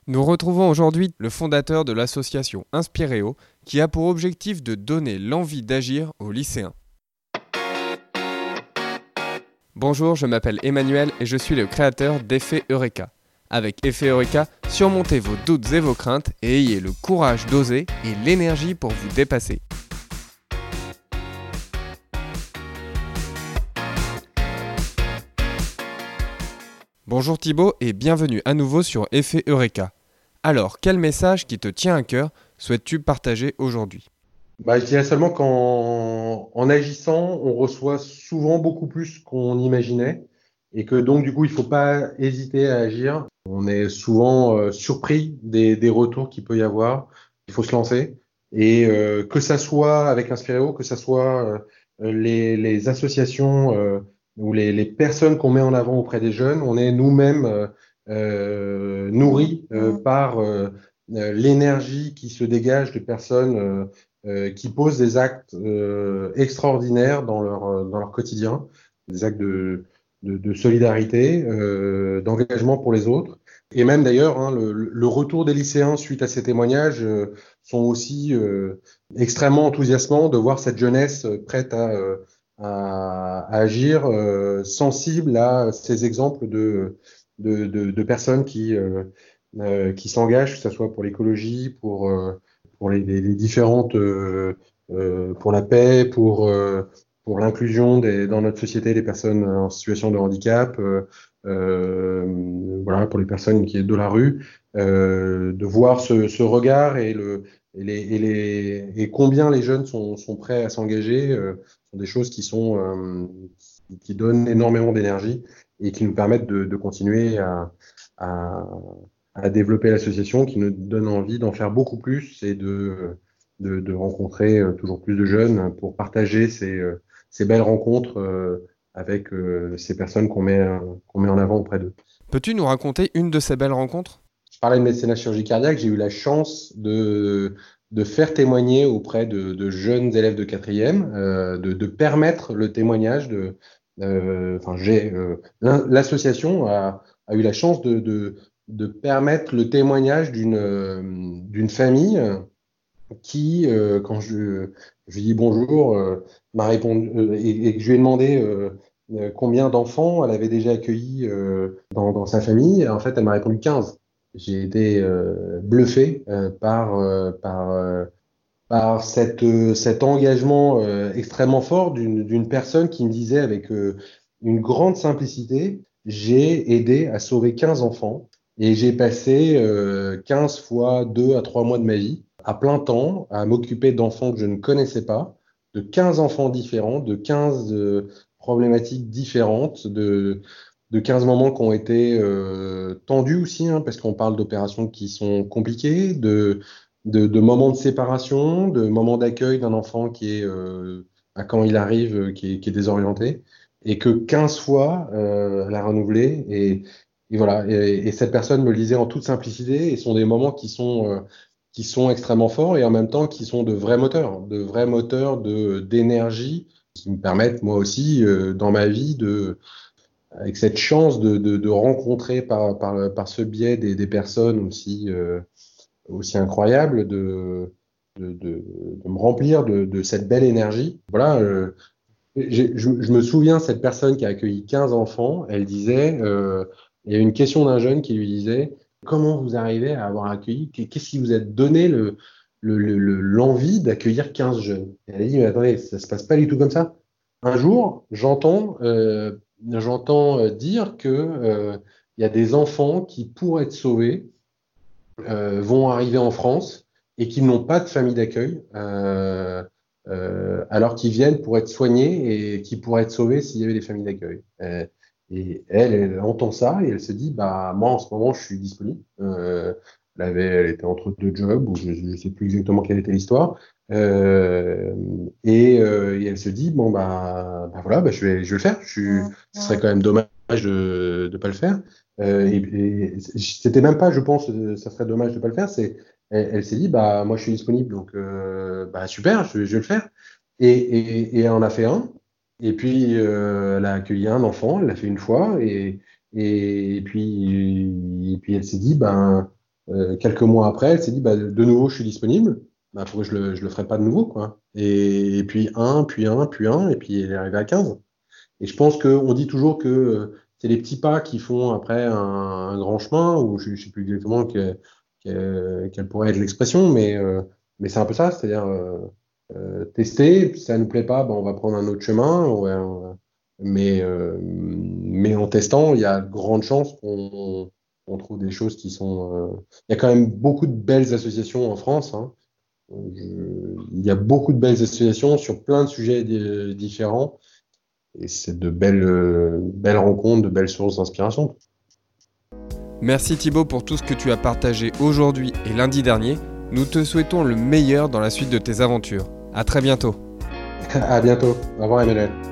Nous retrouvons aujourd'hui le fondateur de l'association Inspiréo qui a pour objectif de donner l'envie d'agir aux lycéens. Bonjour, je m'appelle Emmanuel et je suis le créateur d'Effet Eureka. Avec Effet Eureka, surmontez vos doutes et vos craintes et ayez le courage d'oser et l'énergie pour vous dépasser. Bonjour Thibaut et bienvenue à nouveau sur Effet Eureka. Alors, quel message qui te tient à cœur souhaites-tu partager aujourd'hui ? Je dirais seulement qu'en agissant, on reçoit souvent beaucoup plus qu'on imaginait et que donc du coup, il faut pas hésiter à agir. On est souvent surpris des retours qu'il peut y avoir. Il faut se lancer et que ça soit avec Inspiréo, que ça soit les associations ou les personnes qu'on met en avant auprès des jeunes, on est nous-mêmes nourris par l'énergie qui se dégage de personnes qui posent des actes extraordinaires dans leur quotidien, des actes de solidarité, d'engagement pour les autres. Et même d'ailleurs, hein, le retour des lycéens suite à ces témoignages sont aussi extrêmement enthousiasmants de voir cette jeunesse prête à agir, sensible à ces exemples de personnes qui s'engagent, que ce soit pour l'écologie, pour les différentes, pour la paix, pour l'inclusion dans notre société des personnes en situation de handicap, voilà, pour les personnes qui sont de la rue, de voir ce regard et combien les jeunes sont prêts à s'engager, sont des choses qui donnent énormément d'énergie et qui nous permettent de continuer à, à développer l'association, qui nous donne envie d'en faire beaucoup plus et de rencontrer toujours plus de jeunes pour partager ces belles rencontres avec ces personnes qu'on met en avant auprès d'eux. Peux-tu nous raconter une de ces belles rencontres ? Je parlais de médecine chirurgie cardiaque, j'ai eu la chance de faire témoigner auprès de jeunes élèves de quatrième, de permettre le témoignage l'association a eu la chance de permettre le témoignage d'une famille qui, quand je lui dis bonjour, m'a répondu et que je lui ai demandé combien d'enfants elle avait déjà accueillis dans sa famille. En fait, elle m'a répondu 15. J'ai été bluffé par cet engagement extrêmement fort d'une personne qui me disait avec une grande simplicité, j'ai aidé à sauver 15 enfants et j'ai passé 15 fois 2 à 3 mois de ma vie à plein temps à m'occuper d'enfants que je ne connaissais pas, de 15 enfants différents, de 15 problématiques différentes, de 15 moments qui ont été tendus aussi, hein, parce qu'on parle d'opérations qui sont compliquées, de moments de séparation, de moments d'accueil d'un enfant qui est, quand il arrive, qui est désorienté, et que 15 fois, elle a renouvelé. Et voilà. Et cette personne me le disait en toute simplicité, et ce sont des moments qui sont extrêmement forts, et en même temps qui sont de vrais moteurs d'énergie, qui me permettent, moi aussi, dans ma vie, avec cette chance de rencontrer par ce biais des personnes aussi incroyable de me remplir de cette belle énergie. Voilà, je me souviens, cette personne qui a accueilli 15 enfants, elle disait, il y a une question d'un jeune qui lui disait, comment vous arrivez à avoir accueilli, qu'est-ce qui vous a donné l'envie d'accueillir 15 jeunes? Et elle a dit, mais attendez, ça se passe pas du tout comme ça. Un jour, j'entends dire que il y a des enfants qui, pour être sauvés, vont arriver en France et qui n'ont pas de famille d'accueil, alors qu'ils viennent pour être soignés et qui pourraient être sauvés s'il y avait des familles d'accueil. Et elle entend ça et elle se dit, bah moi en ce moment je suis disponible. Elle était entre deux jobs ou je ne sais plus exactement quelle était l'histoire. Et elle se dit bon voilà je vais le faire. Ce serait quand même dommage de ne pas le faire. Et c'était même pas, je pense, ça serait dommage de pas le faire. Elle s'est dit, bah moi je suis disponible, donc bah super, je vais le faire. Et elle en a fait un. Et puis elle a accueilli un enfant, elle l'a fait une fois, et puis elle s'est dit, ben quelques mois après, elle s'est dit, bah, de nouveau, je suis disponible. Bah, pourquoi je le ferais pas de nouveau, quoi. Et puis puis un, et puis elle est arrivée à 15. Et je pense qu'on dit toujours que c'est les petits pas qui font après un grand chemin, ou je ne sais plus exactement quelle pourrait être l'expression, mais c'est un peu ça, c'est-à-dire tester, puis ça ne nous plaît pas, ben on va prendre un autre chemin, mais en testant, il y a de grandes chances qu'on trouve des choses qui sont... Il y a quand même beaucoup de belles associations en France, hein. Il y a beaucoup de belles associations sur plein de sujets différents. Et c'est de belles rencontres, de belles sources d'inspiration. Merci Thibaut pour tout ce que tu as partagé aujourd'hui et lundi dernier. Nous te souhaitons le meilleur dans la suite de tes aventures. À très bientôt. À bientôt. Au revoir, Emmanuel.